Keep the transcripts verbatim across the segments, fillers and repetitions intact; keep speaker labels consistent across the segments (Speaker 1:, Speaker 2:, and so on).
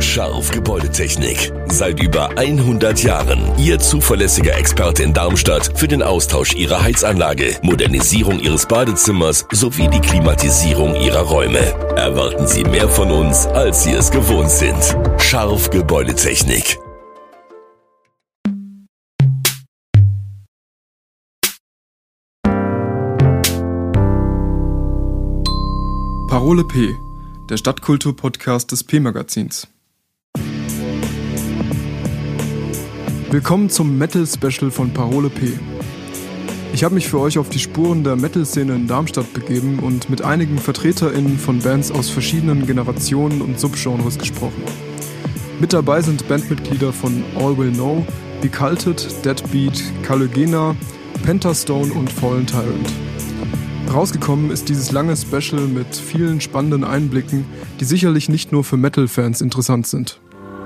Speaker 1: Scharf Gebäudetechnik. Seit über hundert Jahren Ihr zuverlässiger Experte in Darmstadt für den Austausch Ihrer Heizanlage, Modernisierung Ihres Badezimmers sowie die Klimatisierung Ihrer Räume. Erwarten Sie mehr von uns, als Sie es gewohnt sind. Scharf Gebäudetechnik.
Speaker 2: Parole P, der Stadtkultur-Podcast des P-Magazins. Willkommen zum Metal-Special von Parole P. Ich habe mich für euch auf die Spuren der Metal-Szene in Darmstadt begeben und mit einigen VertreterInnen von Bands aus verschiedenen Generationen und Subgenres gesprochen. Mit dabei sind Bandmitglieder von All Will Know, Becalted, Deadbeat, Kalogena, Pentastone und Fallen Tyrant. Rausgekommen ist dieses lange Special mit vielen spannenden Einblicken, die sicherlich nicht nur für Metal-Fans interessant sind.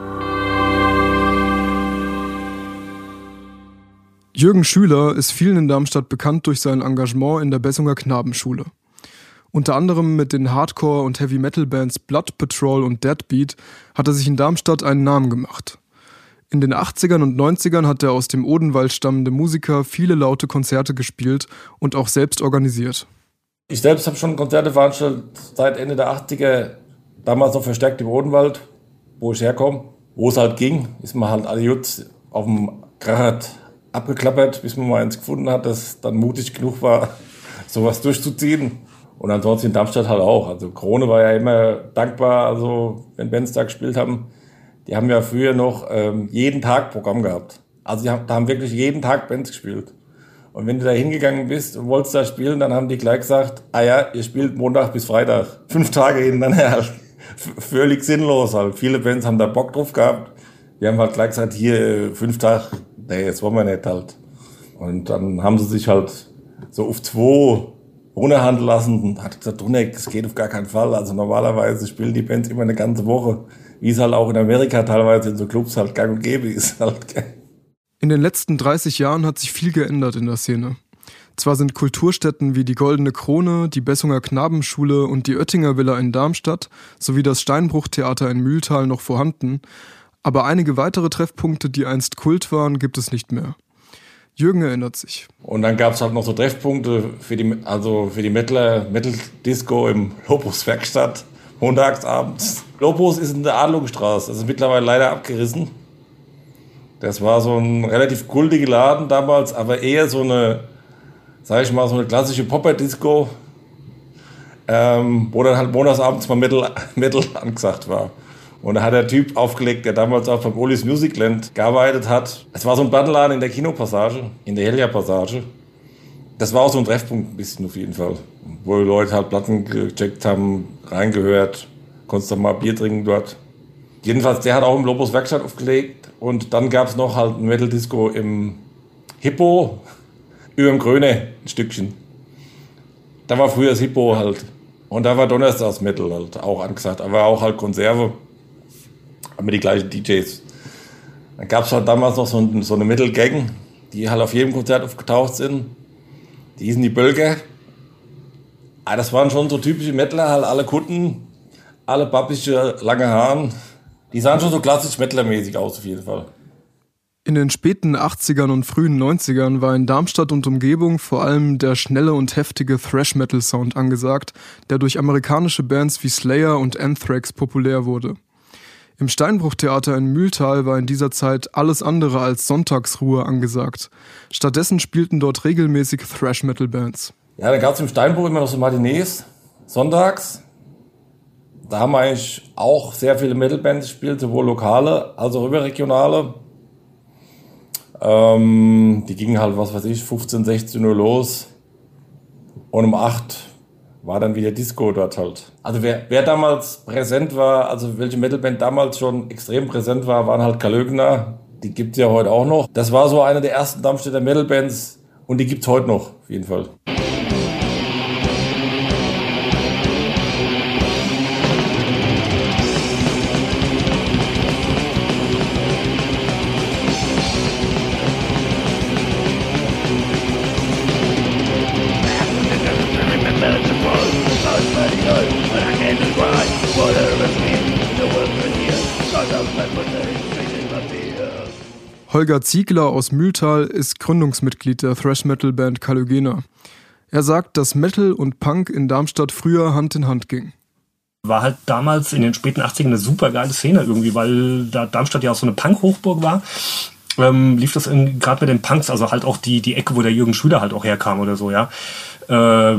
Speaker 2: Jürgen Schüler ist vielen in Darmstadt bekannt durch sein Engagement in der Bessunger Knabenschule. Unter anderem mit den Hardcore- und Heavy-Metal-Bands Blood Patrol und Deadbeat hat er sich in Darmstadt einen Namen gemacht. In den achtzigern und neunzigern hat der aus dem Odenwald stammende Musiker viele laute Konzerte gespielt und auch selbst organisiert.
Speaker 3: Ich selbst habe schon Konzerte veranstaltet seit Ende der achtziger, damals noch verstärkt im Odenwald, wo ich herkomme. Wo es halt ging, ist man halt alle Jutz auf dem Krachert abgeklappert, bis man mal eins gefunden hat, das dann mutig genug war, sowas durchzuziehen. Und ansonsten in Darmstadt halt auch. Also Krone war ja immer dankbar, also wenn Bands da gespielt haben. Die haben ja früher noch ähm, jeden Tag Programm gehabt. Also die haben, da haben wirklich jeden Tag Bands gespielt. Und wenn du da hingegangen bist und wolltest da spielen, dann haben die gleich gesagt, ah ja, ihr spielt Montag bis Freitag. Fünf Tage hintereinander halt. V- völlig sinnlos halt. Viele Bands haben da Bock drauf gehabt. Die haben halt gleich gesagt, hier, fünf Tage, nee, das wollen wir nicht halt. Und dann haben sie sich halt so auf zwei runterhandeln lassen und hat gesagt, das geht auf gar keinen Fall. Also normalerweise spielen die Bands immer eine ganze Woche. Wie es halt auch in Amerika teilweise in so Clubs halt gang und gäbe ist. Halt.
Speaker 2: In den letzten dreißig Jahren hat sich viel geändert in der Szene. Zwar sind Kulturstätten wie die Goldene Krone, die Bessunger Knabenschule und die Oettinger Villa in Darmstadt sowie das Steinbruch-Theater in Mühltal noch vorhanden, aber einige weitere Treffpunkte, die einst Kult waren, gibt es nicht mehr. Jürgen erinnert sich.
Speaker 3: Und dann gab es halt noch so Treffpunkte für die, also für die Metaler, Metal Disco im Lopus Werkstatt, montags abends. Lopus ist in der Adlungsstraße, das ist mittlerweile leider abgerissen. Das war so ein relativ kultiger Laden damals, aber eher so eine, sag ich mal, so eine klassische Popper-Disco, ähm, wo dann halt montags abends mal Metal, Metal angesagt war. Und da hat der Typ aufgelegt, der damals auch beim Olis Musicland gearbeitet hat. Es war so ein Plattenladen in der Kinopassage, in der Helia-Passage. Das war auch so ein Treffpunkt ein bisschen auf jeden Fall, wo die Leute halt Platten gecheckt haben, reingehört, konntest dann mal Bier trinken dort. Jedenfalls, der hat auch im Lopus Werkstatt aufgelegt und dann gab es noch halt ein Metal-Disco im Hippo über dem Gröne ein Stückchen. Da war früher das Hippo halt und da war Donnerstags Metal halt auch angesagt, aber auch halt Konserve, aber die gleichen D Js. Dann gab es halt damals noch so, ein, so eine Metal-Gang, die halt auf jedem Konzert aufgetaucht sind. Die hießen die Bölker. Ah, das waren schon so typische Metaler, halt alle Kutten, alle babische, lange Haaren. Die sahen schon so klassisch Metaler-mäßig aus auf jeden Fall.
Speaker 2: In den späten achtzigern und frühen neunzigern war in Darmstadt und Umgebung vor allem der schnelle und heftige Thrash-Metal-Sound angesagt, der durch amerikanische Bands wie Slayer und Anthrax populär wurde. Im Steinbruch-Theater in Mühltal war in dieser Zeit alles andere als Sonntagsruhe angesagt. Stattdessen spielten dort regelmäßig Thrash-Metal-Bands.
Speaker 3: Ja, da gab es im Steinbruch immer noch so Matinees, sonntags. Da haben eigentlich auch sehr viele Metal-Bands gespielt, sowohl lokale als auch überregionale. Ähm, die gingen halt, was weiß ich, fünfzehn, sechzehn Uhr los. Und um acht war dann wieder Disco dort halt. Also wer, wer damals präsent war, also welche Metalband damals schon extrem präsent war, waren halt Kalogena. Die gibt's ja heute auch noch. Das war so eine der ersten Darmstädter Metalbands und die gibt's heute noch, auf jeden Fall.
Speaker 2: Holger Ziegler aus Mühltal ist Gründungsmitglied der Thrash-Metal-Band Kalogena. Er sagt, dass Metal und Punk in Darmstadt früher Hand in Hand ging.
Speaker 4: War halt damals in den späten achtzigern eine super geile Szene irgendwie, weil da Darmstadt ja auch so eine Punk-Hochburg war. Ähm, lief das gerade mit den Punks, also halt auch die, die Ecke, wo der Jürgen Schüler halt auch herkam oder so, ja. Äh,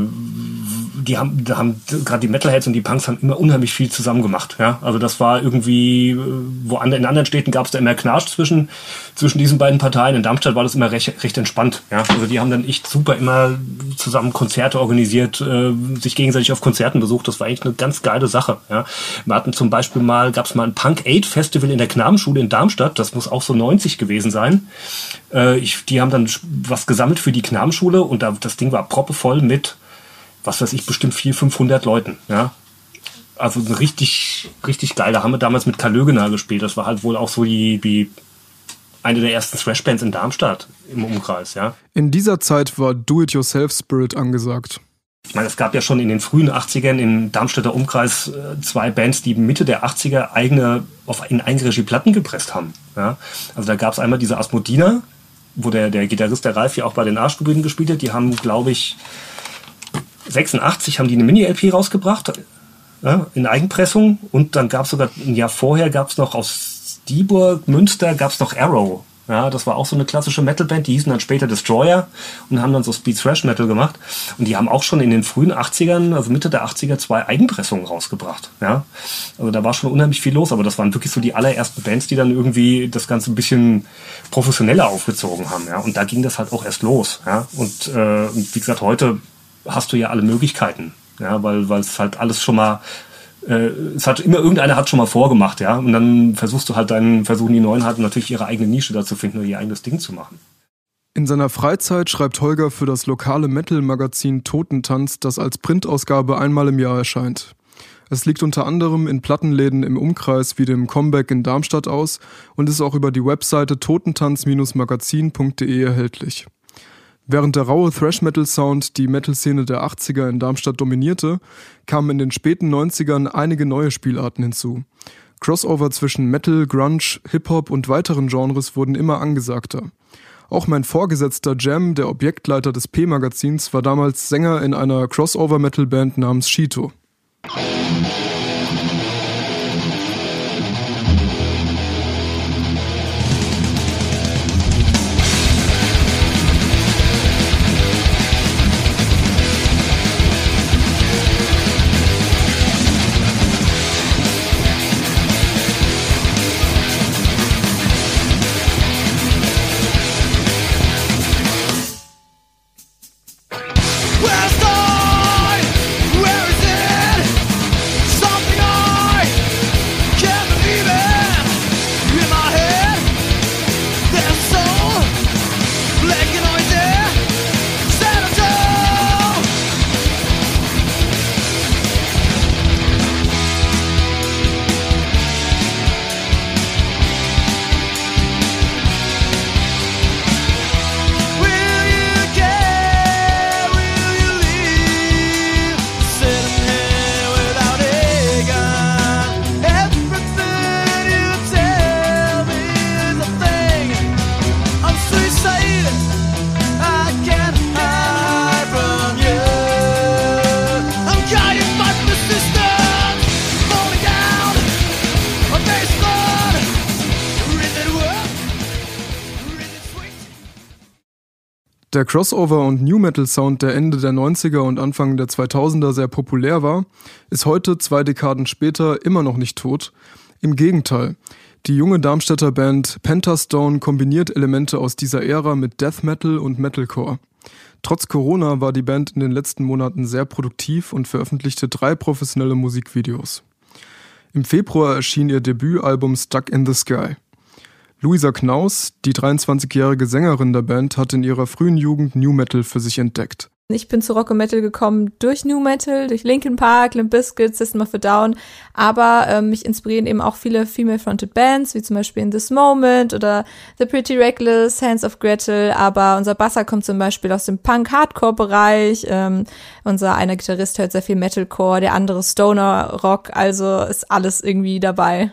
Speaker 4: die haben, da haben gerade die Metalheads und die Punks haben immer unheimlich viel zusammen gemacht, ja. Also das war irgendwie, wo an, in anderen Städten gab es da immer Knatsch zwischen, zwischen diesen beiden Parteien. In Darmstadt war das immer recht, recht entspannt, ja. Also die haben dann echt super immer zusammen Konzerte organisiert, äh, sich gegenseitig auf Konzerten besucht. Das war eigentlich eine ganz geile Sache, ja. Wir hatten zum Beispiel mal, gab es mal ein Punk-Aid-Festival in der Knabenschule in Darmstadt. Das muss auch so neunzig gewesen sein. Äh, ich, die haben dann was gesammelt für die Knabenschule und da, das Ding war proppevoll mit, was weiß ich, bestimmt vierhundert, fünfhundert Leuten, ja. Also richtig, richtig geil. Da haben wir damals mit Kalögena gespielt. Das war halt wohl auch so die, die eine der ersten Thrash-Bands in Darmstadt im Umkreis, ja.
Speaker 2: In dieser Zeit war Do-It-Yourself-Spirit angesagt.
Speaker 4: Ich meine, es gab ja schon in den frühen achtzigern im Darmstädter Umkreis äh, zwei Bands, die Mitte der achtziger eigene, auf, in Eigenregie Platten gepresst haben, ja. Also da gab es einmal diese Asmodina, wo der, der Gitarrist, der Ralf, ja auch bei den Arschgebrüdern gespielt hat. Die haben, glaube ich, sechsundachtzig haben die eine Mini-L P rausgebracht, ja, in Eigenpressung. Und dann gab es sogar ein Jahr vorher, gab es noch aus Dieburg, Münster, gab es noch Arrow. Ja, das war auch so eine klassische Metalband, die hießen dann später Destroyer und haben dann so Speed-Thrash-Metal gemacht. Und die haben auch schon in den frühen achtzigern, also Mitte der achtziger, zwei Eigenpressungen rausgebracht. Ja, also da war schon unheimlich viel los, aber das waren wirklich so die allerersten Bands, die dann irgendwie das Ganze ein bisschen professioneller aufgezogen haben. Ja, und da ging das halt auch erst los. Ja, und äh, wie gesagt, heute hast du ja alle Möglichkeiten, ja, weil weil es halt alles schon mal, äh, es hat immer irgendeiner hat schon mal vorgemacht, ja, und dann versuchst du halt deinen, versuchen die Neuen halt natürlich ihre eigene Nische da zu finden oder ihr eigenes Ding zu machen.
Speaker 2: In seiner Freizeit schreibt Holger für das lokale Metal-Magazin Totentanz, das als Printausgabe einmal im Jahr erscheint. Es liegt unter anderem in Plattenläden im Umkreis wie dem Comeback in Darmstadt aus und ist auch über die Webseite totentanz magazin punkt de erhältlich. Während der raue Thrash-Metal-Sound die Metal-Szene der achtziger in Darmstadt dominierte, kamen in den späten neunzigern einige neue Spielarten hinzu. Crossover zwischen Metal, Grunge, Hip-Hop und weiteren Genres wurden immer angesagter. Auch mein Vorgesetzter Jam, der Objektleiter des P-Magazins, war damals Sänger in einer Crossover-Metal-Band namens Shito. Der Crossover- und New-Metal-Sound, der Ende der neunziger und Anfang der zweitausender sehr populär war, ist heute, zwei Dekaden später, immer noch nicht tot. Im Gegenteil, die junge Darmstädter Band Pentastone kombiniert Elemente aus dieser Ära mit Death Metal und Metalcore. Trotz Corona war die Band in den letzten Monaten sehr produktiv und veröffentlichte drei professionelle Musikvideos. Im Februar erschien ihr Debütalbum Stuck in the Sky. Luisa Knaus, die dreiundzwanzigjährige Sängerin der Band, hat in ihrer frühen Jugend New Metal für sich entdeckt.
Speaker 5: Ich bin zu Rock und Metal gekommen durch New Metal, durch Linkin Park, Limp Bizkit, System of a Down, aber ähm, mich inspirieren eben auch viele female-fronted Bands, wie zum Beispiel In This Moment oder The Pretty Reckless, Hands of Gretel, aber unser Basser kommt zum Beispiel aus dem Punk-Hardcore-Bereich, ähm, unser einer Gitarrist hört sehr viel Metalcore, der andere Stoner-Rock, also ist alles irgendwie dabei.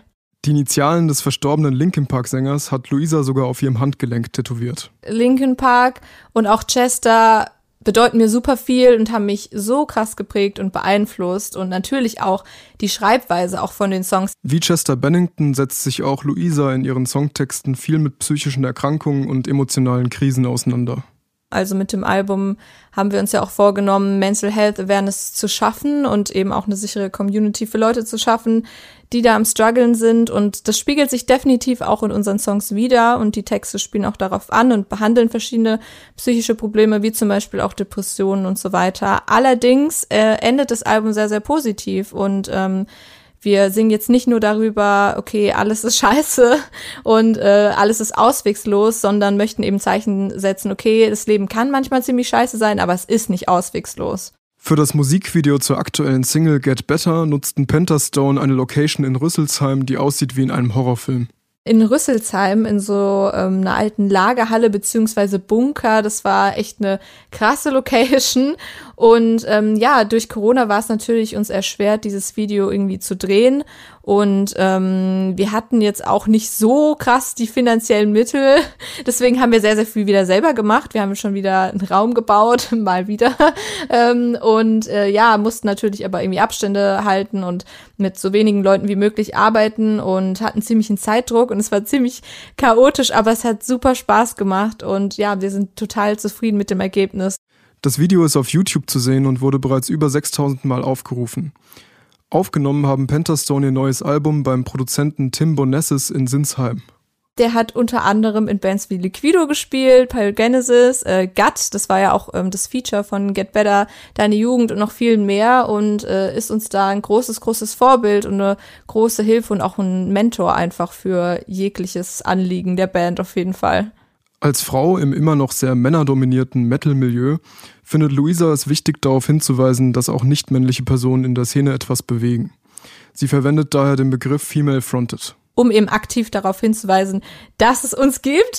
Speaker 2: Die Initialen des verstorbenen Linkin Park-Sängers hat Luisa sogar auf ihrem Handgelenk tätowiert.
Speaker 5: Linkin Park und auch Chester bedeuten mir super viel und haben mich so krass geprägt und beeinflusst und natürlich auch die Schreibweise auch von den Songs.
Speaker 2: Wie Chester Bennington setzt sich auch Luisa in ihren Songtexten viel mit psychischen Erkrankungen und emotionalen Krisen auseinander.
Speaker 5: Also mit dem Album haben wir uns ja auch vorgenommen, Mental Health Awareness zu schaffen und eben auch eine sichere Community für Leute zu schaffen, die da am Struggeln sind. Und das spiegelt sich definitiv auch in unseren Songs wider. Und die Texte spielen auch darauf an und behandeln verschiedene psychische Probleme, wie zum Beispiel auch Depressionen und so weiter. Allerdings äh, endet das Album sehr, sehr positiv und ähm, wir singen jetzt nicht nur darüber, okay, alles ist scheiße und äh, alles ist auswegslos, sondern möchten eben Zeichen setzen, okay, das Leben kann manchmal ziemlich scheiße sein, aber es ist nicht auswegslos.
Speaker 2: Für das Musikvideo zur aktuellen Single Get Better nutzten Pentastone eine Location in Rüsselsheim, die aussieht wie in einem Horrorfilm.
Speaker 5: In Rüsselsheim, in so ähm, einer alten Lagerhalle beziehungsweise Bunker. Das war echt eine krasse Location. Und ähm, ja, durch Corona war es natürlich uns erschwert, dieses Video irgendwie zu drehen. Und ähm, wir hatten jetzt auch nicht so krass die finanziellen Mittel. Deswegen haben wir sehr, sehr viel wieder selber gemacht. Wir haben schon wieder einen Raum gebaut, mal wieder. ähm, und äh, ja, mussten natürlich aber irgendwie Abstände halten und mit so wenigen Leuten wie möglich arbeiten und hatten ziemlichen Zeitdruck. Und es war ziemlich chaotisch, aber es hat super Spaß gemacht. Und ja, wir sind total zufrieden mit dem Ergebnis.
Speaker 2: Das Video ist auf YouTube zu sehen und wurde bereits über sechstausend Mal aufgerufen. Aufgenommen haben Pentastone ihr neues Album beim Produzenten Tim Bonessis in Sinsheim.
Speaker 5: Der hat unter anderem in Bands wie Liquido gespielt, Pyrogenesis, äh, Gut, das war ja auch ähm, das Feature von Get Better, Deine Jugend und noch viel mehr und äh, ist uns da ein großes, großes Vorbild und eine große Hilfe und auch ein Mentor einfach für jegliches Anliegen der Band auf jeden Fall.
Speaker 2: Als Frau im immer noch sehr männerdominierten Metal-Milieu findet Luisa es wichtig, darauf hinzuweisen, dass auch nicht-männliche Personen in der Szene etwas bewegen. Sie verwendet daher den Begriff Female Fronted.
Speaker 5: Um eben aktiv darauf hinzuweisen, dass es uns gibt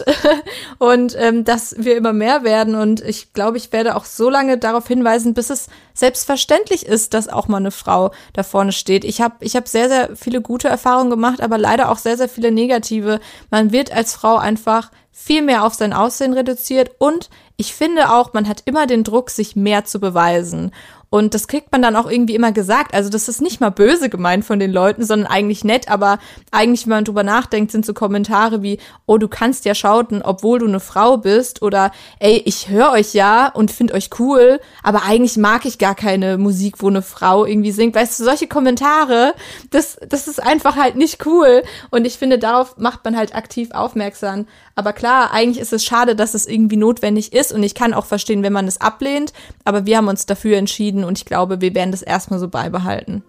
Speaker 5: und ähm, dass wir immer mehr werden. Und ich glaube, ich werde auch so lange darauf hinweisen, bis es selbstverständlich ist, dass auch mal eine Frau da vorne steht. Ich habe ich hab sehr, sehr viele gute Erfahrungen gemacht, aber leider auch sehr, sehr viele negative. Man wird als Frau einfach viel mehr auf sein Aussehen reduziert und ich finde auch, man hat immer den Druck, sich mehr zu beweisen. Und das kriegt man dann auch irgendwie immer gesagt. Also das ist nicht mal böse gemeint von den Leuten, sondern eigentlich nett. Aber eigentlich, wenn man drüber nachdenkt, sind so Kommentare wie, oh, du kannst ja schauten, obwohl du eine Frau bist. Oder, ey, ich höre euch ja und finde euch cool, aber eigentlich mag ich gar keine Musik, wo eine Frau irgendwie singt. Weißt du, solche Kommentare, das, das ist einfach halt nicht cool. Und ich finde, darauf macht man halt aktiv aufmerksam. Aber klar, eigentlich ist es schade, dass es irgendwie notwendig ist. Und ich kann auch verstehen, wenn man es ablehnt. Aber wir haben uns dafür entschieden. Und ich glaube, wir werden das erstmal so beibehalten.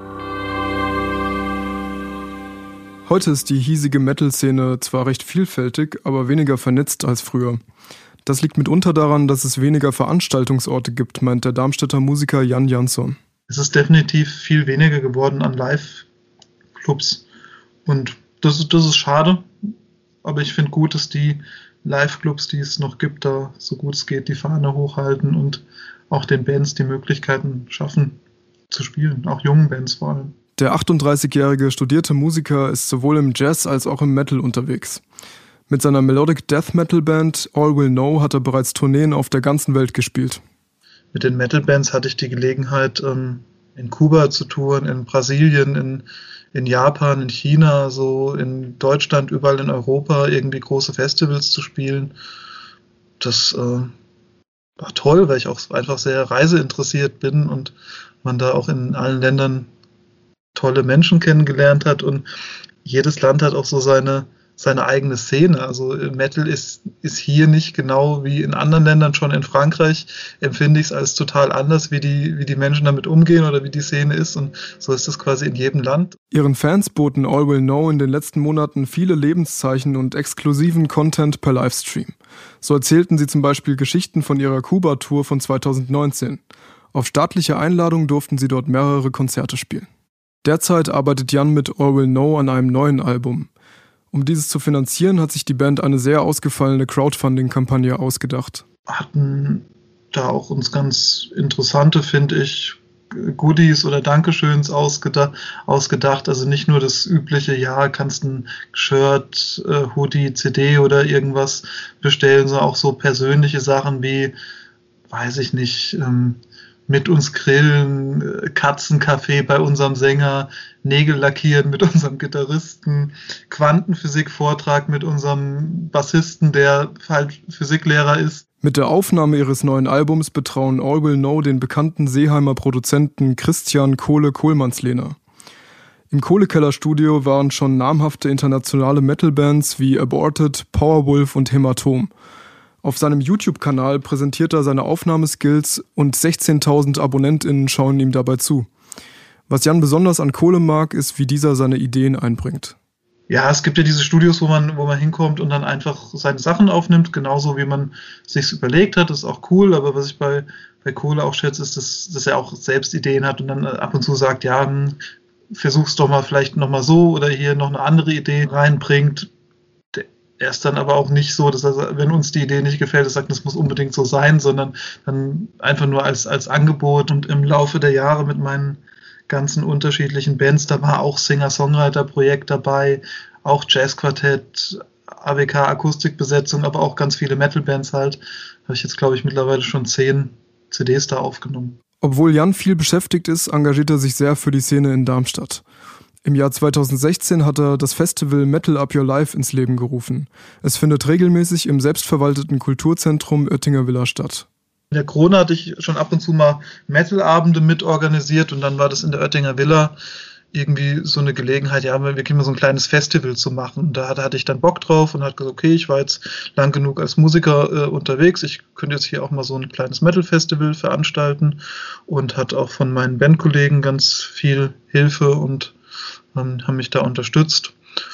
Speaker 2: Heute ist die hiesige Metal-Szene zwar recht vielfältig, aber weniger vernetzt als früher. Das liegt mitunter daran, dass es weniger Veranstaltungsorte gibt, meint der Darmstädter Musiker Jan Jansson.
Speaker 6: Es ist definitiv viel weniger geworden an Live-Clubs. Und das ist, das ist schade. Aber ich finde gut, dass die Live-Clubs, die es noch gibt, da so gut es geht, die Fahne hochhalten und auch den Bands die Möglichkeiten schaffen zu spielen, auch jungen Bands vor allem.
Speaker 2: Der achtunddreißigjährige studierte Musiker ist sowohl im Jazz als auch im Metal unterwegs. Mit seiner Melodic Death Metal Band All Will Know hat er bereits Tourneen auf der ganzen Welt gespielt.
Speaker 6: Mit den Metal Bands hatte ich die Gelegenheit, in Kuba zu touren, in Brasilien, in, in Japan, in China, so in Deutschland, überall in Europa irgendwie große Festivals zu spielen. Das äh, war toll, weil ich auch einfach sehr reiseinteressiert bin und man da auch in allen Ländern tolle Menschen kennengelernt hat und jedes Land hat auch so seine, seine eigene Szene. Also Metal ist, ist hier nicht genau wie in anderen Ländern, schon in Frankreich empfinde ich es als total anders, wie die, wie die Menschen damit umgehen oder wie die Szene ist und so ist es quasi in jedem Land.
Speaker 2: Ihren Fans boten All Will Know in den letzten Monaten viele Lebenszeichen und exklusiven Content per Livestream. So erzählten sie zum Beispiel Geschichten von ihrer Kuba-Tour von zweitausendneunzehn. Auf staatliche Einladung durften sie dort mehrere Konzerte spielen. Derzeit arbeitet Jan mit All Will Know an einem neuen Album. Um dieses zu finanzieren, hat sich die Band eine sehr ausgefallene Crowdfunding-Kampagne ausgedacht.
Speaker 6: Hatten da auch uns ganz interessante, finde ich, Goodies oder Dankeschöns ausgedacht, ausgedacht. Also nicht nur das übliche, ja, kannst ein Shirt, äh, Hoodie, C D oder irgendwas bestellen, sondern auch so persönliche Sachen wie, weiß ich nicht, ähm, mit uns grillen, Katzenkaffee bei unserem Sänger, Nägel lackieren mit unserem Gitarristen, Quantenphysik-Vortrag mit unserem Bassisten, der halt Physiklehrer ist.
Speaker 2: Mit der Aufnahme ihres neuen Albums betrauen All Will Know den bekannten Seeheimer Produzenten Christian Kohle-Kohlmannslehner. Im Kohlekeller-Studio waren schon namhafte internationale Metal-Bands wie Aborted, Powerwolf und Hämatom. Auf seinem YouTube-Kanal präsentiert er seine Aufnahmeskills und sechzehntausend AbonnentInnen schauen ihm dabei zu. Was Jan besonders an Kohle mag, ist, wie dieser seine Ideen einbringt.
Speaker 6: Ja, es gibt ja diese Studios, wo man, wo man hinkommt und dann einfach seine Sachen aufnimmt, genauso wie man sich's überlegt hat. Das ist auch cool, aber was ich bei, bei Kohle auch schätze, ist, dass, dass er auch selbst Ideen hat und dann ab und zu sagt, ja, hm, versuch's doch mal vielleicht nochmal so oder hier noch eine andere Idee reinbringt. Er ist dann aber auch nicht so, dass er, wenn uns die Idee nicht gefällt, er sagt, das muss unbedingt so sein, sondern dann einfach nur als, als Angebot. Und im Laufe der Jahre mit meinen ganzen unterschiedlichen Bands, da war auch Singer-Songwriter-Projekt dabei, auch Jazzquartett, A W K-Akustikbesetzung, aber auch ganz viele Metal-Bands halt. Habe ich jetzt, glaube ich, mittlerweile schon zehn C Ds da aufgenommen.
Speaker 2: Obwohl Jan viel beschäftigt ist, engagiert er sich sehr für die Szene in Darmstadt. Im Jahr zweitausendsechzehn hat er das Festival Metal Up Your Life ins Leben gerufen. Es findet regelmäßig im selbstverwalteten Kulturzentrum Oettinger Villa statt.
Speaker 6: In der Krone hatte ich schon ab und zu mal Metal-Abende mitorganisiert und dann war das in der Oettinger Villa irgendwie so eine Gelegenheit, ja, wir können mal so ein kleines Festival zu machen. Und da hatte ich dann Bock drauf und hatte gesagt, okay, ich war jetzt lang genug als Musiker äh, unterwegs, ich könnte jetzt hier auch mal so ein kleines Metal-Festival veranstalten und hatte auch von meinen Bandkollegen ganz viel Hilfe und ähm, haben mich da unterstützt.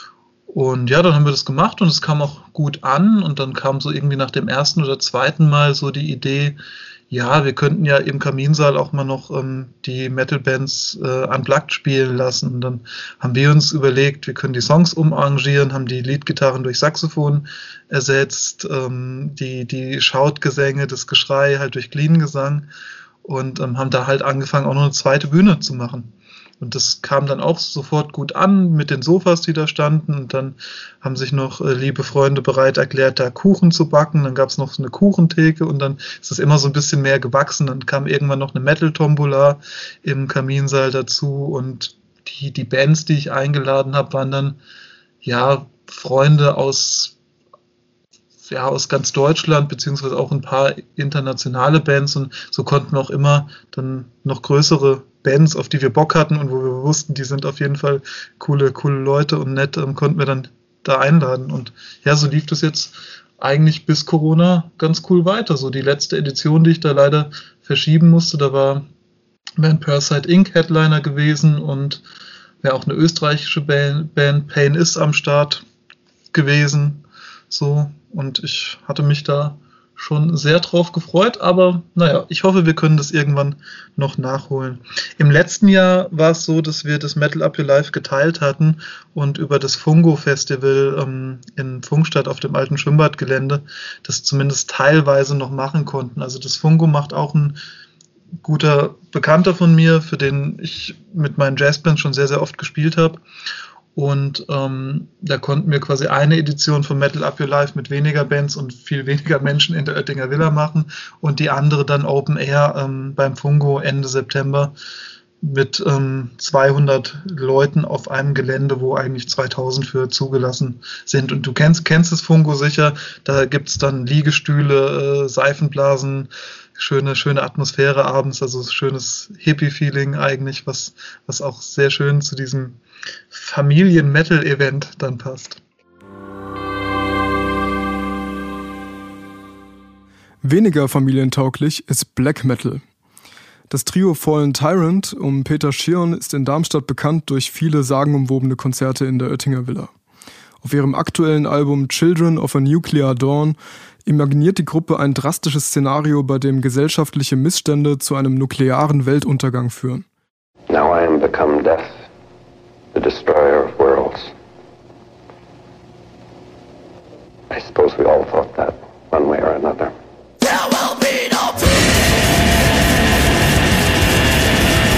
Speaker 6: Und ja, dann haben wir das gemacht und es kam auch gut an und dann kam so irgendwie nach dem ersten oder zweiten Mal so die Idee, ja, wir könnten ja im Kaminsaal auch mal noch ähm, die Metal-Bands äh, unplugged spielen lassen. Und dann haben wir uns überlegt, wir können die Songs umarrangieren, haben die Leadgitarren durch Saxophon ersetzt, ähm, die, die Schautgesänge, das Geschrei halt durch Clean-Gesang und ähm, haben da halt angefangen, auch noch eine zweite Bühne zu machen. Und das kam dann auch sofort gut an mit den Sofas, die da standen. Und dann haben sich noch äh, liebe Freunde bereit erklärt, da Kuchen zu backen. Dann gab es noch so eine Kuchentheke und dann ist das immer so ein bisschen mehr gewachsen. Dann kam irgendwann noch eine Metal-Tombola im Kaminsaal dazu. Und die, die Bands, die ich eingeladen habe, waren dann ja Freunde aus, ja, aus ganz Deutschland, beziehungsweise auch ein paar internationale Bands. Und so konnten wir auch immer dann noch größere Bands, auf die wir Bock hatten und wo wir wussten, die sind auf jeden Fall coole, coole Leute und nett, ähm, konnten wir dann da einladen. Und ja, so lief das jetzt eigentlich bis Corona ganz cool weiter. So die letzte Edition, die ich da leider verschieben musste, da war wäre Parasite Incorporated Headliner gewesen und wäre auch eine österreichische Band, Band Pain Is am Start gewesen. So, und ich hatte mich da schon sehr drauf gefreut, aber naja, ich hoffe, wir können das irgendwann noch nachholen. Im letzten Jahr war es so, dass wir das Metal Up Your Life geteilt hatten und über das Fungo Festival ähm, in Pfungstadt auf dem alten Schwimmbadgelände das zumindest teilweise noch machen konnten. Also das Fungo macht auch ein guter Bekannter von mir, für den ich mit meinen Jazzbands schon sehr, sehr oft gespielt habe. Und ähm, da konnten wir quasi eine Edition von Metal Up Your Life mit weniger Bands und viel weniger Menschen in der Oettinger Villa machen und die andere dann Open Air ähm, beim Fungo Ende September mit ähm, zweihundert Leuten auf einem Gelände, wo eigentlich zweitausend für zugelassen sind. Und du kennst, kennst das Fungo sicher, da gibt's dann Liegestühle, äh, Seifenblasen, schöne, schöne Atmosphäre abends, also schönes Hippie-Feeling eigentlich, was, was auch sehr schön zu diesem Familien-Metal-Event dann passt.
Speaker 2: Weniger familientauglich ist Black Metal. Das Trio Fallen Tyrant um Peter Schirn ist in Darmstadt bekannt durch viele sagenumwobene Konzerte in der Oettinger Villa. Auf ihrem aktuellen Album Children of a Nuclear Dawn imaginiert die Gruppe ein drastisches Szenario, bei dem gesellschaftliche Missstände zu einem nuklearen Weltuntergang führen.
Speaker 7: Now I am become death, the destroyer of worlds. I suppose we all thought that, one way or another. There will be no peace.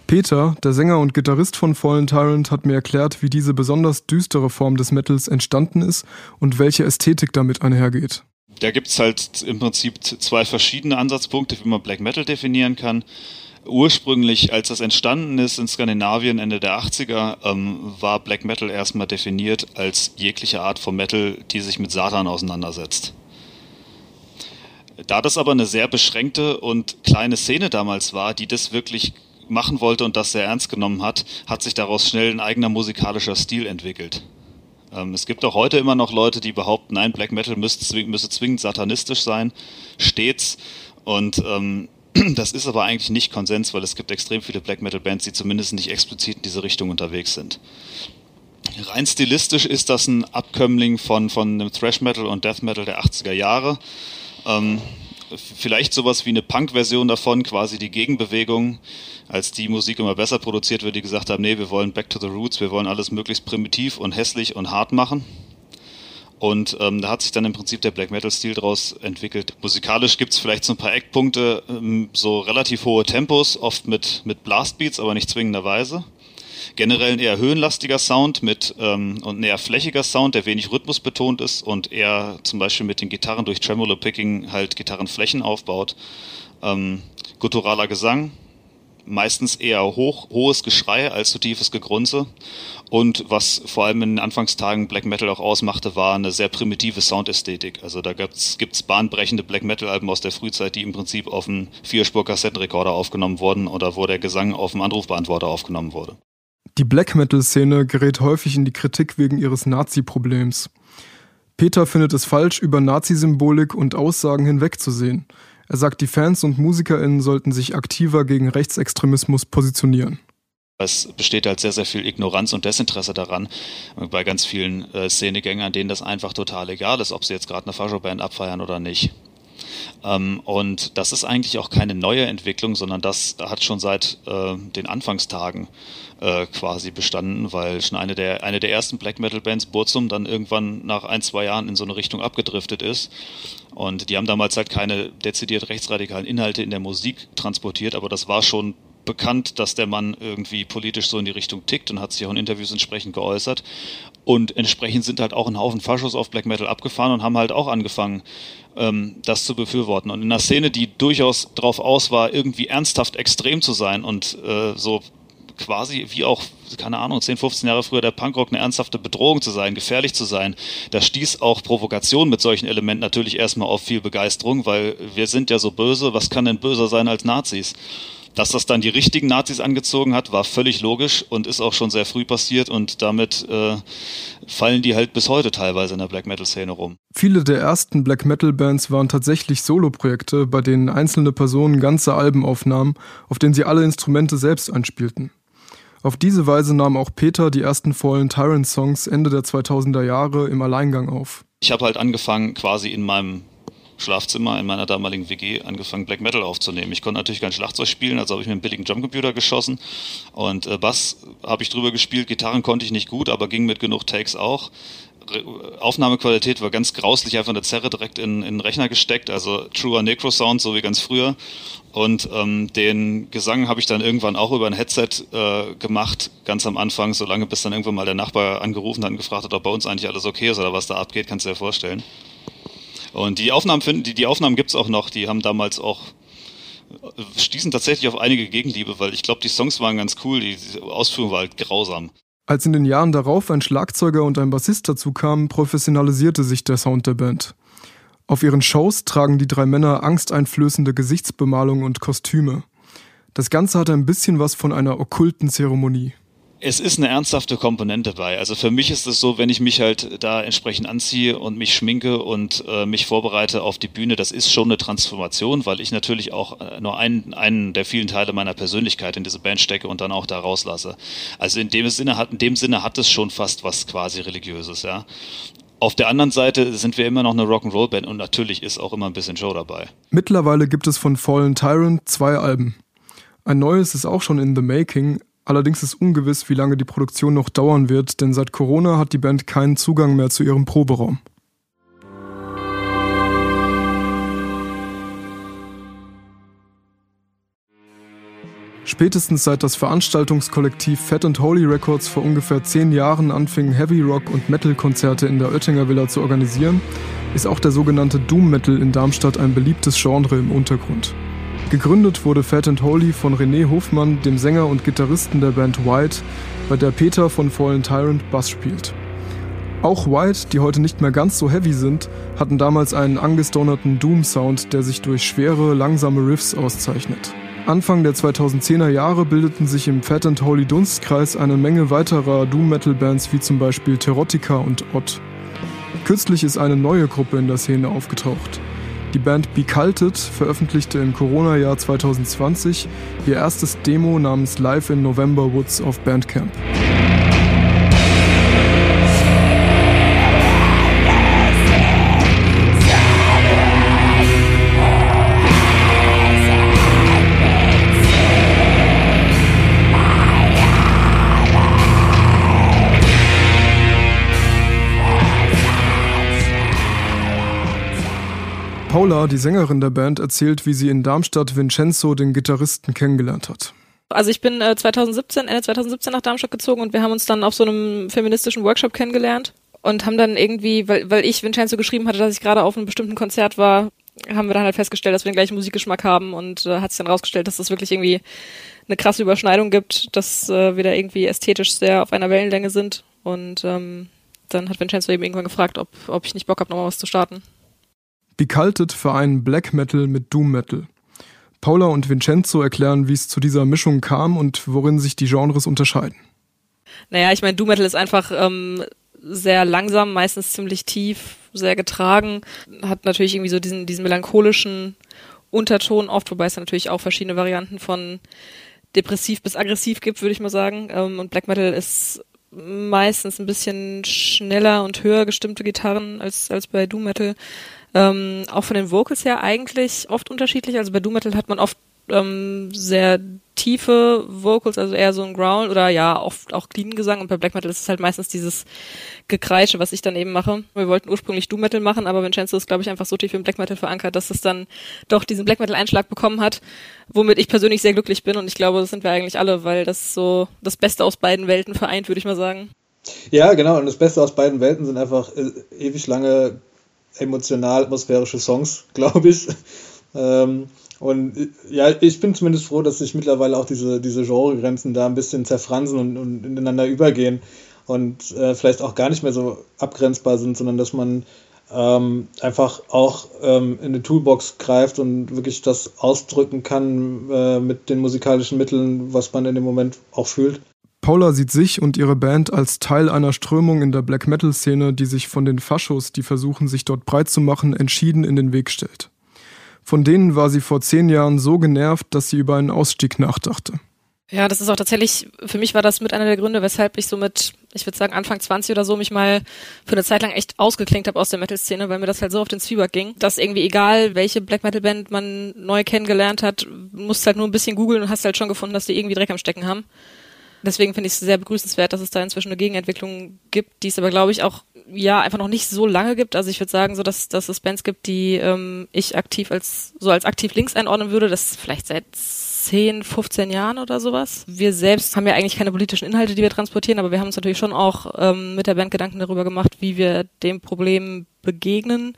Speaker 2: Peter, der Sänger und Gitarrist von Fallen Tyrant, hat mir erklärt, wie diese besonders düstere Form des Metals entstanden ist und welche Ästhetik damit einhergeht.
Speaker 8: Da gibt es halt im Prinzip zwei verschiedene Ansatzpunkte, wie man Black Metal definieren kann. Ursprünglich, als das entstanden ist in Skandinavien Ende der achtziger, ähm, war Black Metal erstmal definiert als jegliche Art von Metal, die sich mit Satan auseinandersetzt. Da das aber eine sehr beschränkte und kleine Szene damals war, die das wirklich machen wollte und das sehr ernst genommen hat, hat sich daraus schnell ein eigener musikalischer Stil entwickelt. Ähm, es gibt auch heute immer noch Leute, die behaupten, nein, Black Metal müsste, müsse zwingend satanistisch sein, stets. Und ähm, das ist aber eigentlich nicht Konsens, weil es gibt extrem viele Black Metal Bands, die zumindest nicht explizit in diese Richtung unterwegs sind. Rein stilistisch ist das ein Abkömmling von, von dem Thrash Metal und Death Metal der achtziger Jahre. Ähm, vielleicht sowas wie eine Punk-Version davon, quasi die Gegenbewegung, als die Musik immer besser produziert wird, die gesagt haben, nee, wir wollen back to the roots, wir wollen alles möglichst primitiv und hässlich und hart machen. Und ähm, da hat sich dann im Prinzip der Black Metal-Stil daraus entwickelt. Musikalisch gibt es vielleicht so ein paar Eckpunkte, ähm, so relativ hohe Tempos, oft mit, mit Blastbeats, aber nicht zwingenderweise. Generell ein eher höhenlastiger Sound mit ähm, und ein eher flächiger Sound, der wenig rhythmusbetont ist und eher zum Beispiel mit den Gitarren durch Tremolo-Picking halt Gitarrenflächen aufbaut. Ähm, gutturaler Gesang, meistens eher hoch, hohes Geschrei als so tiefes Gegrunze. Und was vor allem in den Anfangstagen Black Metal auch ausmachte, war eine sehr primitive Soundästhetik. Also da gibt's, gibt's bahnbrechende Black Metal-Alben aus der Frühzeit, die im Prinzip auf einen Vierspur-Kassettenrekorder aufgenommen wurden oder wo der Gesang auf dem Anrufbeantworter aufgenommen wurde.
Speaker 2: Die Black-Metal-Szene gerät häufig in die Kritik wegen ihres Nazi-Problems. Peter findet es falsch, über Nazi-Symbolik und Aussagen hinwegzusehen. Er sagt, die Fans und MusikerInnen sollten sich aktiver gegen Rechtsextremismus positionieren.
Speaker 8: Es besteht halt sehr, sehr viel Ignoranz und Desinteresse daran, bei ganz vielen äh, Szenegängern, denen das einfach total egal ist, ob sie jetzt gerade eine Fascho-Band abfeiern oder nicht. Ähm, und das ist eigentlich auch keine neue Entwicklung, sondern das hat schon seit äh, den Anfangstagen äh, quasi bestanden, weil schon eine der, eine der ersten Black Metal Bands, Burzum, dann irgendwann nach ein, zwei Jahren in so eine Richtung abgedriftet ist. Und die haben damals halt keine dezidiert rechtsradikalen Inhalte in der Musik transportiert, aber das war schon bekannt, dass der Mann irgendwie politisch so in die Richtung tickt und hat sich auch in Interviews entsprechend geäußert. Und entsprechend sind halt auch ein Haufen Faschos auf Black Metal abgefahren und haben halt auch angefangen, ähm, das zu befürworten. Und in einer Szene, die durchaus drauf aus war, irgendwie ernsthaft extrem zu sein und äh, so quasi wie auch, keine Ahnung, zehn, fünfzehn Jahre früher der Punkrock eine ernsthafte Bedrohung zu sein, gefährlich zu sein, da stieß auch Provokation mit solchen Elementen natürlich erstmal auf viel Begeisterung, weil wir sind ja so böse, was kann denn böser sein als Nazis? Dass das dann die richtigen Nazis angezogen hat, war völlig logisch und ist auch schon sehr früh passiert und damit äh, fallen die halt bis heute teilweise in der Black-Metal-Szene rum.
Speaker 2: Viele der ersten Black-Metal-Bands waren tatsächlich Soloprojekte, bei denen einzelne Personen ganze Alben aufnahmen, auf denen sie alle Instrumente selbst einspielten. Auf diese Weise nahm auch Peter die ersten Fallen Tyrant Songs Ende der zweitausender Jahre im Alleingang auf.
Speaker 8: Ich habe halt angefangen, quasi in meinem Schlafzimmer in meiner damaligen W G angefangen, Black Metal aufzunehmen. Ich konnte natürlich kein Schlagzeug spielen, also habe ich mir einen billigen Drumcomputer geschossen und äh, Bass habe ich drüber gespielt, Gitarren konnte ich nicht gut, aber ging mit genug Takes auch. Re- Aufnahmequalität war ganz grauslich, einfach eine Zerre direkt in, in den Rechner gesteckt, also truer Necro-Sound, so wie ganz früher. Und ähm, den Gesang habe ich dann irgendwann auch über ein Headset äh, gemacht, ganz am Anfang, solange bis dann irgendwann mal der Nachbar angerufen hat und gefragt hat, ob bei uns eigentlich alles okay ist oder was da abgeht, kannst du dir vorstellen. Und die Aufnahmen finden, die, die Aufnahmen gibt's auch noch, die haben damals auch, stießen tatsächlich auf einige Gegenliebe, weil ich glaube, die Songs waren ganz cool, die, die Ausführung war halt grausam.
Speaker 2: Als in den Jahren darauf ein Schlagzeuger und ein Bassist dazu kamen, professionalisierte sich der Sound der Band. Auf ihren Shows tragen die drei Männer angsteinflößende Gesichtsbemalung und Kostüme. Das Ganze hat ein bisschen was von einer okkulten Zeremonie.
Speaker 8: Es ist eine ernsthafte Komponente bei. Also für mich ist es so, wenn ich mich halt da entsprechend anziehe und mich schminke und äh, mich vorbereite auf die Bühne, das ist schon eine Transformation, weil ich natürlich auch äh, nur einen, einen der vielen Teile meiner Persönlichkeit in diese Band stecke und dann auch da rauslasse. Also in dem Sinne hat, in dem Sinne hat es schon fast was quasi Religiöses, ja. Auf der anderen Seite sind wir immer noch eine Rock'n'Roll-Band und natürlich ist auch immer ein bisschen Show dabei.
Speaker 2: Mittlerweile gibt es von Fallen Tyrant zwei Alben. Ein neues ist auch schon in the making. Allerdings ist ungewiss, wie lange die Produktion noch dauern wird, denn seit Corona hat die Band keinen Zugang mehr zu ihrem Proberaum. Spätestens seit das Veranstaltungskollektiv Fat and Holy Records vor ungefähr zehn Jahren anfing, Heavy Rock und Metal-Konzerte in der Oettinger Villa zu organisieren, ist auch der sogenannte Doom Metal in Darmstadt ein beliebtes Genre im Untergrund. Gegründet wurde Fat and Holy von René Hofmann, dem Sänger und Gitarristen der Band White, bei der Peter von Fallen Tyrant Bass spielt. Auch White, die heute nicht mehr ganz so heavy sind, hatten damals einen angestonerten Doom-Sound, der sich durch schwere, langsame Riffs auszeichnet. Anfang der zweitausendzehner Jahre bildeten sich im Fat and Holy Dunstkreis eine Menge weiterer Doom-Metal-Bands wie zum Beispiel Terotica und Ott. Kürzlich ist eine neue Gruppe in der Szene aufgetaucht. Die Band Becalted veröffentlichte im Corona-Jahr zweitausendzwanzig ihr erstes Demo namens Live in November Woods auf Bandcamp. Paula, die Sängerin der Band, erzählt, wie sie in Darmstadt Vincenzo, den Gitarristen, kennengelernt hat.
Speaker 9: Also ich bin äh, zweitausendsiebzehn, Ende zweitausendsiebzehn nach Darmstadt gezogen und wir haben uns dann auf so einem feministischen Workshop kennengelernt und haben dann irgendwie, weil, weil ich Vincenzo geschrieben hatte, dass ich gerade auf einem bestimmten Konzert war, haben wir dann halt festgestellt, dass wir den gleichen Musikgeschmack haben und äh, hat sich dann rausgestellt, dass das wirklich irgendwie eine krasse Überschneidung gibt, dass äh, wir da irgendwie ästhetisch sehr auf einer Wellenlänge sind und ähm, dann hat Vincenzo eben irgendwann gefragt, ob, ob ich nicht Bock habe, nochmal was zu starten.
Speaker 2: Becalted vereinen Black Metal mit Doom Metal. Paula und Vincenzo erklären, wie es zu dieser Mischung kam und worin sich die Genres unterscheiden.
Speaker 9: Naja, ich meine, Doom Metal ist einfach ähm, sehr langsam, meistens ziemlich tief, sehr getragen, hat natürlich irgendwie so diesen, diesen melancholischen Unterton oft, wobei es natürlich auch verschiedene Varianten von depressiv bis aggressiv gibt, würde ich mal sagen. Ähm, und Black Metal ist meistens ein bisschen schneller und höher gestimmte Gitarren als, als bei Doom Metal. Ähm, auch von den Vocals her eigentlich oft unterschiedlich. Also bei Doom Metal hat man oft ähm, sehr tiefe Vocals, also eher so ein Growl oder ja, oft auch clean Gesang. Und bei Black Metal ist es halt meistens dieses Gekreische, was ich dann eben mache. Wir wollten ursprünglich Doom Metal machen, aber Vincenzo ist, glaube ich, einfach so tief im Black Metal verankert, dass es dann doch diesen Black Metal Einschlag bekommen hat, womit ich persönlich sehr glücklich bin. Und ich glaube, das sind wir eigentlich alle, weil das so das Beste aus beiden Welten vereint, würde ich mal sagen.
Speaker 10: Ja, genau. Und das Beste aus beiden Welten sind einfach äh, ewig lange emotional atmosphärische Songs, glaube ich. Ähm, und ja, ich bin zumindest froh, dass sich mittlerweile auch diese, diese Genregrenzen da ein bisschen zerfransen und, und ineinander übergehen und äh, vielleicht auch gar nicht mehr so abgrenzbar sind, sondern dass man ähm, einfach auch ähm, in eine Toolbox greift und wirklich das ausdrücken kann äh, mit den musikalischen Mitteln, was man in dem Moment auch fühlt.
Speaker 2: Paula sieht sich und ihre Band als Teil einer Strömung in der Black-Metal-Szene, die sich von den Faschos, die versuchen, sich dort breit zu machen, entschieden in den Weg stellt. Von denen war sie vor zehn Jahren so genervt, dass sie über einen Ausstieg nachdachte.
Speaker 9: Ja, das ist auch tatsächlich, für mich war das mit einer der Gründe, weshalb ich so mit, ich würde sagen Anfang zwanzig oder so, mich mal für eine Zeit lang echt ausgeklinkt habe aus der Metal-Szene, weil mir das halt so auf den Zwieback ging, dass irgendwie egal, welche Black-Metal-Band man neu kennengelernt hat, musst halt nur ein bisschen googeln und hast halt schon gefunden, dass die irgendwie Dreck am Stecken haben. Deswegen finde ich es sehr begrüßenswert, dass es da inzwischen eine Gegenentwicklung gibt, die es aber, glaube ich, auch ja einfach noch nicht so lange gibt. Also ich würde sagen, so dass, dass es Bands gibt, die ähm, ich aktiv als so als aktiv links einordnen würde, das ist vielleicht seit zehn, fünfzehn Jahren oder sowas. Wir selbst haben ja eigentlich keine politischen Inhalte, die wir transportieren, aber wir haben uns natürlich schon auch ähm, mit der Band Gedanken darüber gemacht, wie wir dem Problem begegnen,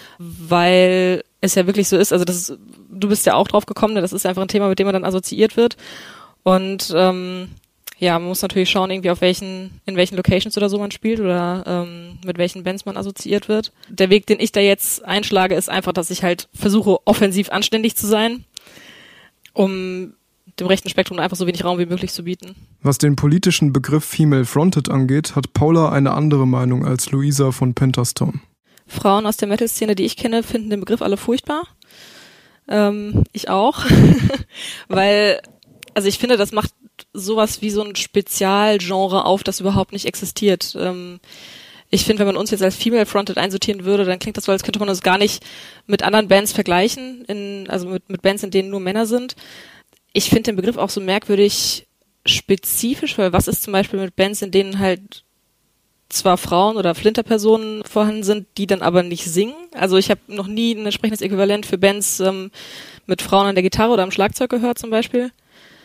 Speaker 9: weil es ja wirklich so ist, also das ist, du bist ja auch drauf gekommen, das ist einfach ein Thema, mit dem man dann assoziiert wird und ähm, ja, man muss natürlich schauen, irgendwie auf welchen, in welchen Locations oder so man spielt oder ähm, mit welchen Bands man assoziiert wird. Der Weg, den ich da jetzt einschlage, ist einfach, dass ich halt versuche, offensiv anständig zu sein, um dem rechten Spektrum einfach so wenig Raum wie möglich zu bieten.
Speaker 2: Was den politischen Begriff Female Fronted angeht, hat Paula eine andere Meinung als Luisa von Pentastone.
Speaker 9: Frauen aus der Metal-Szene, die ich kenne, finden den Begriff alle furchtbar. Ähm, ich auch. Weil, also ich finde, das macht sowas wie so ein Spezialgenre auf, das überhaupt nicht existiert. Ähm, ich finde, wenn man uns jetzt als Female Fronted einsortieren würde, dann klingt das so, als könnte man uns gar nicht mit anderen Bands vergleichen, in, also mit, mit Bands, in denen nur Männer sind. Ich finde den Begriff auch so merkwürdig spezifisch, weil was ist zum Beispiel mit Bands, in denen halt zwar Frauen oder Flinterpersonen vorhanden sind, die dann aber nicht singen. Also ich habe noch nie ein entsprechendes Äquivalent für Bands ähm, mit Frauen an der Gitarre oder am Schlagzeug gehört zum Beispiel.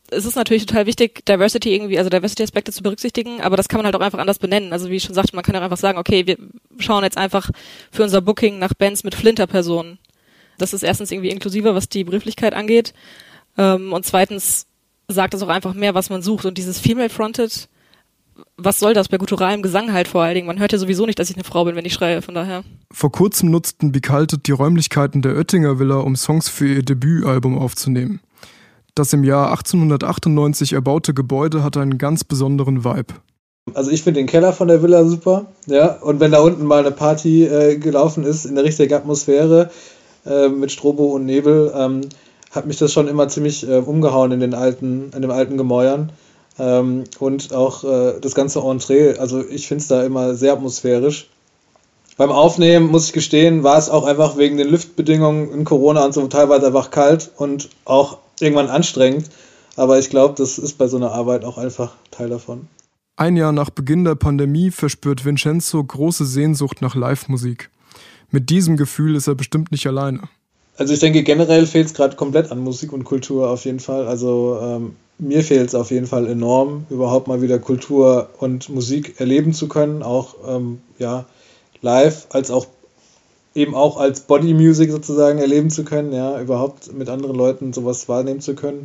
Speaker 9: es ist natürlich total wichtig, Diversity irgendwie, also Diversity-Aspekte zu berücksichtigen, aber das kann man halt auch einfach anders benennen. Also wie ich schon sagte, man kann auch einfach sagen, okay, wir schauen jetzt einfach für unser Booking nach Bands mit Flinter-Personen. Das ist erstens irgendwie inklusiver, was die Begrifflichkeit angeht. Ähm, und zweitens sagt es auch einfach mehr, was man sucht. Und dieses Female-Fronted, was soll das bei gutturalem Gesang halt vor allen Dingen? Man hört ja sowieso nicht, dass ich eine Frau bin, wenn ich schreie, von daher.
Speaker 2: Vor kurzem nutzten Be Culted die Räumlichkeiten der Oettinger Villa, um Songs für ihr Debütalbum aufzunehmen. Das im Jahr achtzehnhundertachtundneunzig erbaute Gebäude hat einen ganz besonderen Vibe.
Speaker 10: Also ich finde den Keller von der Villa super, ja, und wenn da unten mal eine Party äh, gelaufen ist, in der richtigen Atmosphäre, äh, mit Strobo und Nebel, ähm, hat mich das schon immer ziemlich äh, umgehauen in den alten, in den alten Gemäuern. Ähm, und auch äh, das ganze Entree, also ich finde es da immer sehr atmosphärisch. Beim Aufnehmen, muss ich gestehen, war es auch einfach wegen den Lüftbedingungen in Corona und so teilweise einfach kalt und auch irgendwann anstrengend. Aber ich glaube, das ist bei so einer Arbeit auch einfach Teil davon.
Speaker 2: Ein Jahr nach Beginn der Pandemie verspürt Vincenzo große Sehnsucht nach Live-Musik. Mit diesem Gefühl ist er bestimmt nicht alleine.
Speaker 10: Also ich denke, generell fehlt es gerade komplett an Musik und Kultur auf jeden Fall. Also ähm, mir fehlt es auf jeden Fall enorm, überhaupt mal wieder Kultur und Musik erleben zu können, auch ähm, ja, live, als auch eben auch als Body Music sozusagen erleben zu können, ja, überhaupt mit anderen Leuten sowas wahrnehmen zu können.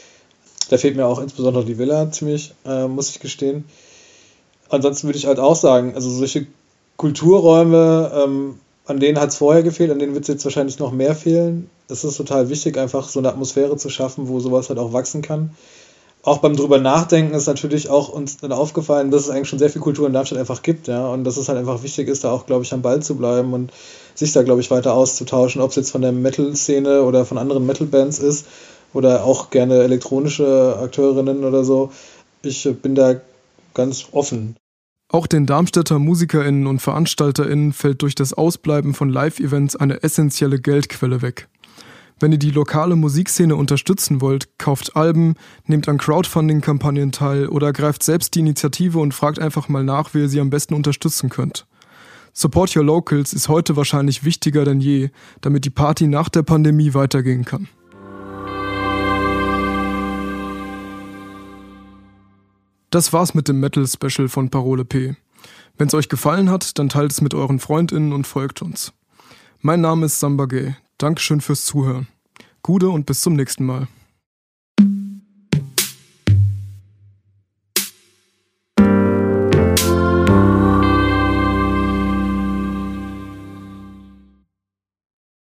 Speaker 10: Da fehlt mir auch insbesondere die Villa ziemlich, äh, muss ich gestehen. Ansonsten würde ich halt auch sagen, also solche Kulturräume, ähm, an denen hat es vorher gefehlt, an denen wird es jetzt wahrscheinlich noch mehr fehlen. Es ist total wichtig, einfach so eine Atmosphäre zu schaffen, wo sowas halt auch wachsen kann. Auch beim drüber nachdenken ist natürlich auch uns dann aufgefallen, dass es eigentlich schon sehr viel Kultur in Darmstadt einfach gibt, ja, und dass es halt einfach wichtig ist, da auch, glaube ich, am Ball zu bleiben und sich da, glaube ich, weiter auszutauschen, ob es jetzt von der Metal-Szene oder von anderen Metal-Bands ist oder auch gerne elektronische Akteurinnen oder so. Ich bin da ganz offen.
Speaker 2: Auch den Darmstädter MusikerInnen und VeranstalterInnen fällt durch das Ausbleiben von Live-Events eine essentielle Geldquelle weg. Wenn ihr die lokale Musikszene unterstützen wollt, kauft Alben, nehmt an Crowdfunding-Kampagnen teil oder greift selbst die Initiative und fragt einfach mal nach, wie ihr sie am besten unterstützen könnt. Support Your Locals ist heute wahrscheinlich wichtiger denn je, damit die Party nach der Pandemie weitergehen kann. Das war's mit dem Metal-Special von Parole P. Wenn's euch gefallen hat, dann teilt es mit euren FreundInnen und folgt uns. Mein Name ist Samba Gay. Dankeschön fürs Zuhören. Gude und bis zum nächsten Mal.